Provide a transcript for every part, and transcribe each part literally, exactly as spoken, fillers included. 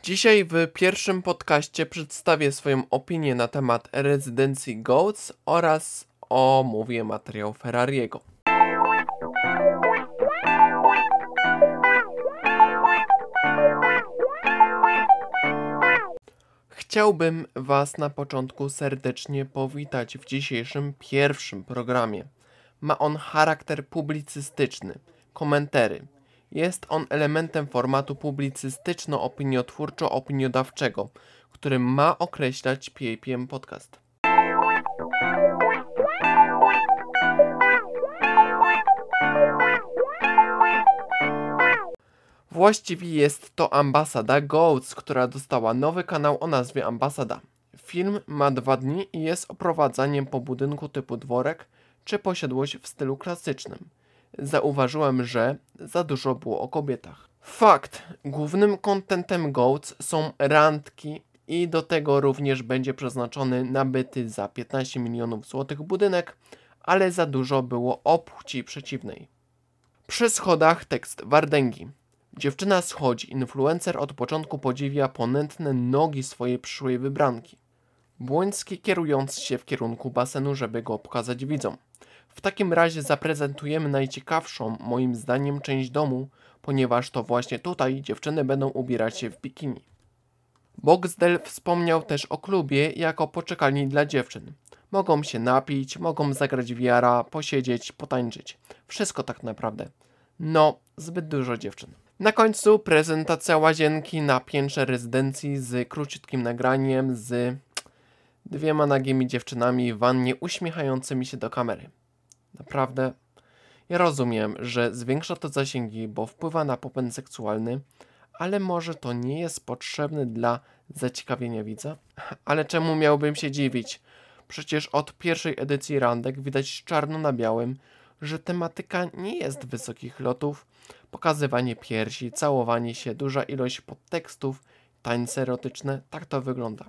Dzisiaj w pierwszym podcaście przedstawię swoją opinię na temat rezydencji Goats oraz omówię materiał Ferrariego. Chciałbym Was na początku serdecznie powitać w dzisiejszym pierwszym programie. Ma on charakter publicystyczny, komentary. Jest on elementem formatu publicystyczno-opiniotwórczo-opiniodawczego, który ma określać P A P M Podcast. Właściwie jest to Ambasada Goats, która dostała nowy kanał o nazwie Ambasada. Film ma dwa dni i jest oprowadzaniem po budynku typu dworek czy posiadłość w stylu klasycznym. Zauważyłem, że za dużo było o kobietach. Fakt, głównym kontentem Goats są randki i do tego również będzie przeznaczony nabyty za piętnaście milionów złotych budynek, ale za dużo było o płci przeciwnej. Przy schodach tekst Wardęgi. Dziewczyna schodzi, influencer od początku podziwia ponętne nogi swojej przyszłej wybranki. Błoński kierując się w kierunku basenu, żeby go pokazać widzom. W takim razie zaprezentujemy najciekawszą, moim zdaniem, część domu, ponieważ to właśnie tutaj dziewczyny będą ubierać się w bikini. Boxdel wspomniał też o klubie jako poczekalni dla dziewczyn. Mogą się napić, mogą zagrać w jara, posiedzieć, potańczyć. Wszystko tak naprawdę. No, zbyt dużo dziewczyn. Na końcu prezentacja łazienki na piętrze rezydencji z króciutkim nagraniem z dwiema nagimi dziewczynami w wannie uśmiechającymi się do kamery. Naprawdę, ja rozumiem, że zwiększa to zasięgi, bo wpływa na popęd seksualny, ale może to nie jest potrzebne dla zaciekawienia widza? Ale czemu miałbym się dziwić? Przecież od pierwszej edycji randek widać czarno na białym, że tematyka nie jest wysokich lotów, pokazywanie piersi, całowanie się, duża ilość podtekstów, tańce erotyczne, tak to wygląda.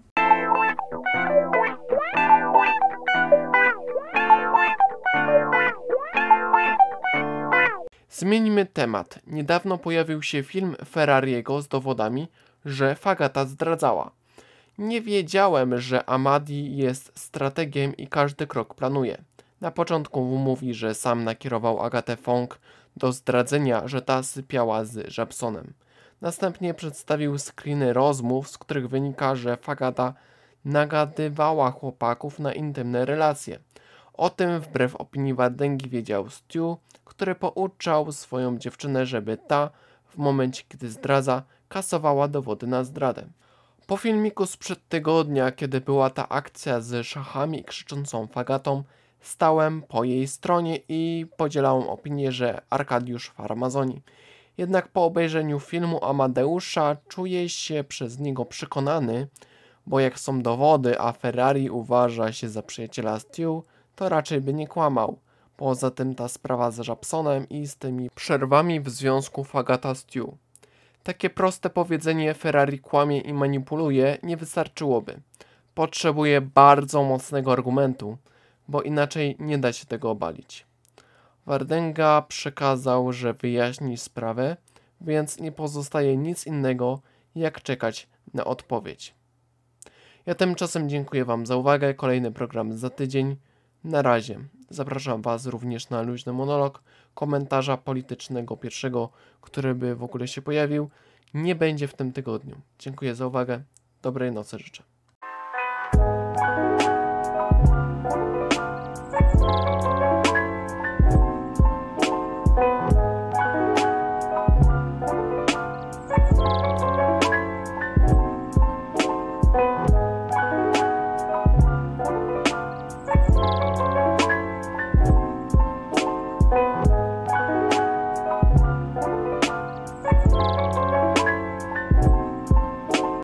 Zmieńmy temat. Niedawno pojawił się film Ferrariego z dowodami, że Fagata zdradzała. Nie wiedziałem, że Amadi jest strategiem i każdy krok planuje. Na początku mówi, że sam nakierował Agatę Fong do zdradzenia, że ta sypiała z Jabsonem. Następnie przedstawił screeny rozmów, z których wynika, że Fagata nagadywała chłopaków na intymne relacje. O tym wbrew opinii Wardęgi wiedział Stu, który pouczał swoją dziewczynę, żeby ta, w momencie kiedy zdradza, kasowała dowody na zdradę. Po filmiku sprzed tygodnia, kiedy była ta akcja z szachami i krzyczącą Fagatą, stałem po jej stronie i podzielałem opinię, że Arkadiusz farmazoni. Jednak po obejrzeniu filmu Amadeusza czuję się przez niego przekonany, bo jak są dowody, a Ferrari uważa się za przyjaciela Stu, to raczej by nie kłamał. Poza tym ta sprawa z Jabsonem i z tymi przerwami w związku Fagata-Stu. Takie proste powiedzenie Ferrari kłamie i manipuluje nie wystarczyłoby. Potrzebuje bardzo mocnego argumentu, bo inaczej nie da się tego obalić. Wardęga przekazał, że wyjaśni sprawę, więc nie pozostaje nic innego, jak czekać na odpowiedź. Ja tymczasem dziękuję Wam za uwagę. Kolejny program za tydzień. Na razie. Zapraszam Was również na luźny monolog. Komentarza politycznego pierwszego, który by w ogóle się pojawił, nie będzie w tym tygodniu. Dziękuję za uwagę. Dobrej nocy życzę.